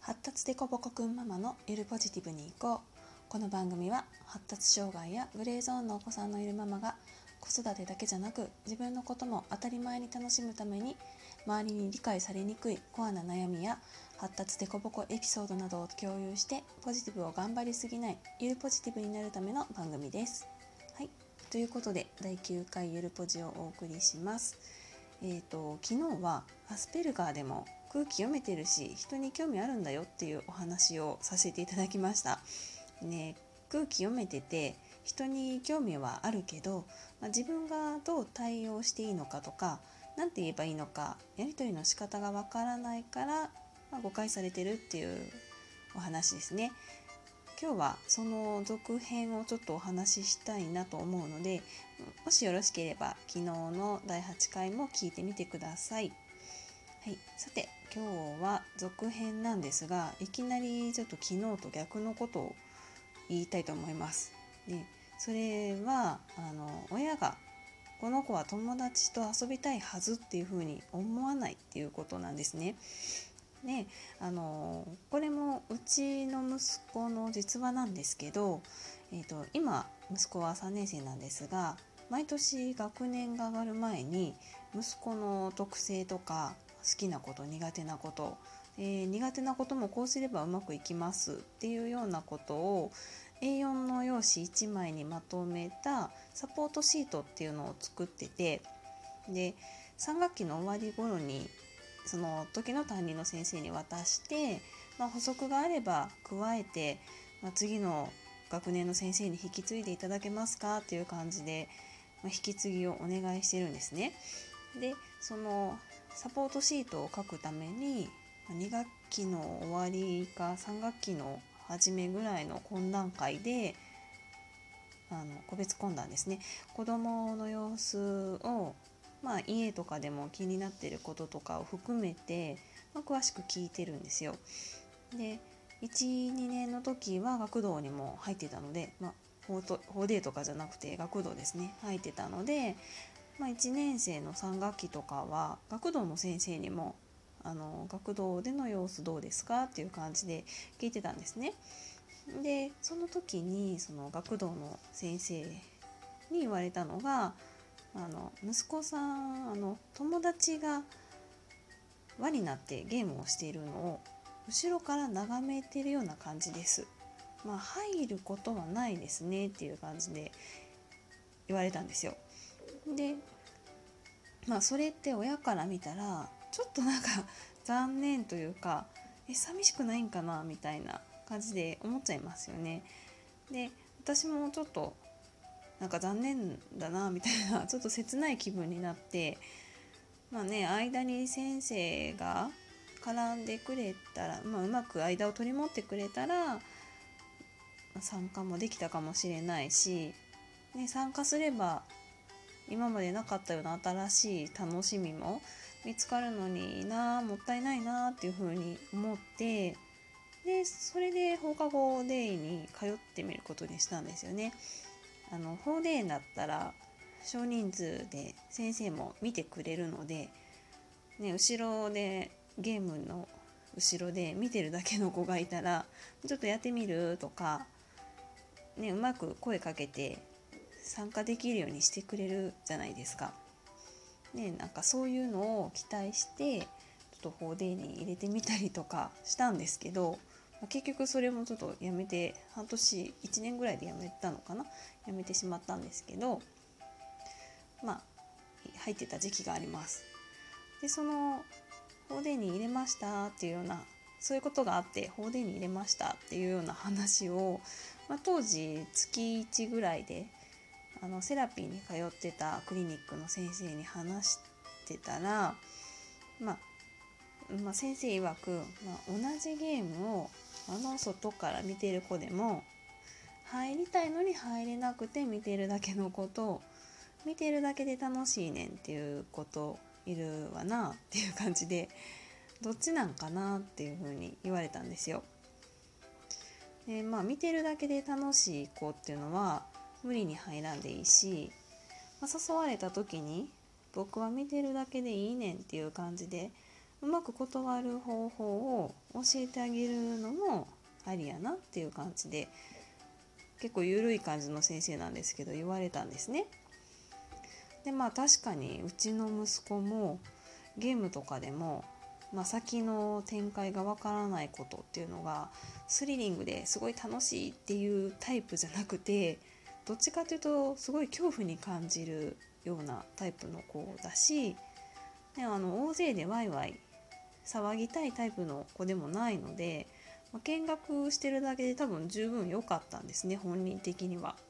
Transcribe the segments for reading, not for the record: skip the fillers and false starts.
発達デコボコくんママのゆるポジティブに行こう。この番組は発達障害やグレーゾーンのお子さんのいるママが子育てだけじゃなく自分のことも当たり前に楽しむために周りに理解されにくいコアな悩みや発達デコボコエピソードなどを共有してポジティブを頑張りすぎないゆるポジティブになるための番組です。はい、ということで第9回ゆるポジをお送りします。昨日はアスペルガーでも空気読めてるし人に興味あるんだよっていうお話をさせていただきました。ね、空気読めてて人に興味はあるけど、自分がどう対応していいのかとか何て言えばいいのかやり取りの仕方がわからないから、誤解されてるっていうお話ですね。今日はその続編をちょっとお話ししたいなと思うので、もしよろしければ昨日の第8回も聞いてみてください。はい、さて今日は続編なんですが、いきなりちょっと昨日と逆のことを言いたいと思います。で、それは親がこの子は友達と遊びたいはずっていうふうに思わないっていうことなんですね。で、これもうちの息子の実話なんですけど、今息子は3年生なんですが、毎年学年が上がる前に息子の特性とか好きなこと苦手なこと、苦手なこともこうすればうまくいきますっていうようなことを A4 の用紙1枚にまとめたサポートシートっていうのを作ってて、で3学期の終わり頃にその時の担任の先生に渡して、補足があれば加えて、次の学年の先生に引き継いでいただけますかっていう感じで、引き継ぎをお願いしてるんですね。でそのサポートシートを書くために2学期の終わりか3学期の初めぐらいの懇談会で個別懇談ですね、子どもの様子を、家とかでも気になっていることとかを含めて、詳しく聞いてるんですよ。で 1,2 年の時は学童にも入ってたので、法デーとかじゃなくて学童ですね入ってたので、1年生の3学期とかは学童の先生にも学童での様子どうですかっていう感じで聞いてたんですね。でその時にその学童の先生に言われたのが、息子さん友達が輪になってゲームをしているのを後ろから眺めているような感じです。入ることはないですねっていう感じで言われたんですよ。でそれって親から見たらちょっと残念というか、寂しくないんかなみたいな感じで思っちゃいますよね。で私もちょっと残念だなみたいなちょっと切ない気分になって、間に先生が絡んでくれたら、うまく間を取り持ってくれたら、参加もできたかもしれないし、参加すれば今までなかったような新しい楽しみも見つかるのにな、もったいないなっていうふうに思って、でそれで放課後デイに通ってみることにしたんですよね。4デイだったら少人数で先生も見てくれるので、後ろでゲームの後ろで見てるだけの子がいたらちょっとやってみるとか、うまく声かけて参加できるようにしてくれるじゃないですか。そういうのを期待してちょっと 4day に入れてみたりとかしたんですけど、結局それもちょっとやめて半年1年ぐらいでやめたのかな、やめてしまったんですけど、入ってた時期があります。でその 4day に入れましたっていうような、そういうことがあって 4day に入れましたっていうような話を、当時月1ぐらいでセラピーに通ってたクリニックの先生に話してたら、先生曰く、同じゲームを外から見てる子でも入りたいのに入れなくて見てるだけの子と、見てるだけで楽しいねんっていう子といるわなっていう感じで、どっちなんかなっていう風に言われたんですよ。で見てるだけで楽しい子っていうのは無理に入らんでいいし、誘われた時に僕は見てるだけでいいねんっていう感じでうまく断る方法を教えてあげるのもありやなっていう感じで、結構緩い感じの先生なんですけど言われたんですね。で確かにうちの息子もゲームとかでも、先の展開がわからないことっていうのがスリリングですごい楽しいっていうタイプじゃなくて、どっちかというとすごい恐怖に感じるようなタイプの子だし、大勢でワイワイ騒ぎたいタイプの子でもないので、見学してるだけで多分十分良かったんですね、本人的には。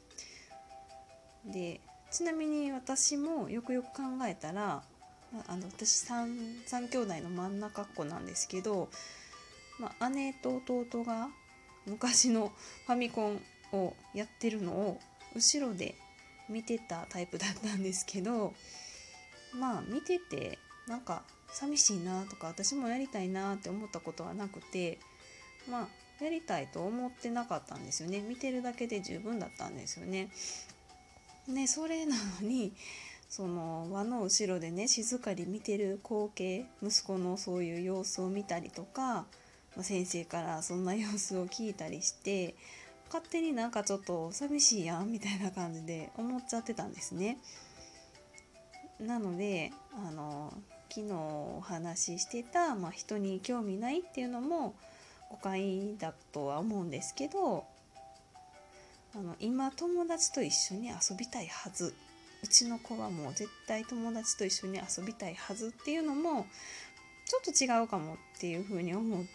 でちなみに私もよくよく考えたら、私 3兄弟の真ん中っ子なんですけど、姉と弟が昔のファミコンをやってるのを後ろで見てたタイプだったんですけど、見ててなんか寂しいなとか私もやりたいなって思ったことはなくて、やりたいと思ってなかったんですよね。見てるだけで十分だったんですよね。それなのにその輪の後ろでね静かに見てる光景、息子のそういう様子を見たりとか、先生からそんな様子を聞いたりして、勝手になんかちょっと寂しいやんみたいな感じで思っちゃってたんですね。なので昨日お話ししてた、人に興味ないっていうのも誤解だとは思うんですけど、今友達と一緒に遊びたいはず、うちの子はもう絶対友達と一緒に遊びたいはずっていうのもちょっと違うかもっていうふうに思って、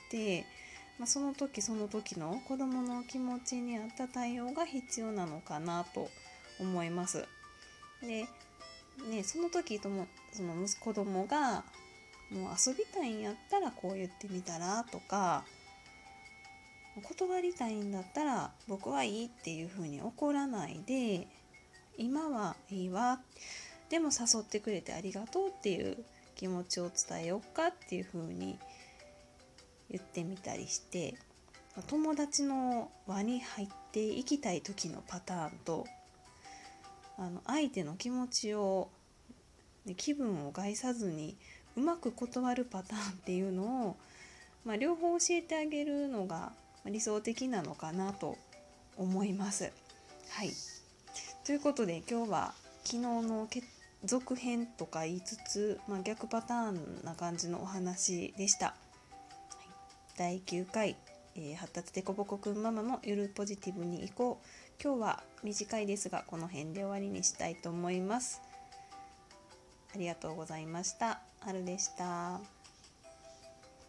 その時その時の子どもの気持ちに合った対応が必要なのかなと思います。でその時ともその子どもがもう遊びたいんやったらこう言ってみたらとか、断りたいんだったら僕はいいっていう風に怒らないで、今はいいわ、でも誘ってくれてありがとうっていう気持ちを伝えようかっていう風に言ってみたりして、友達の輪に入っていきたい時のパターンと、相手の気持ちを気分を害さずにうまく断るパターンっていうのを、両方教えてあげるのが理想的なのかなと思います。はい、ということで今日は昨日の続編とか言いつつ、逆パターンな感じのお話でした。はい、第9回、発達でこぼこくんママのゆるポジティブに行こう。今日は短いですがこの辺で終わりにしたいと思います。ありがとうございました。はるでした。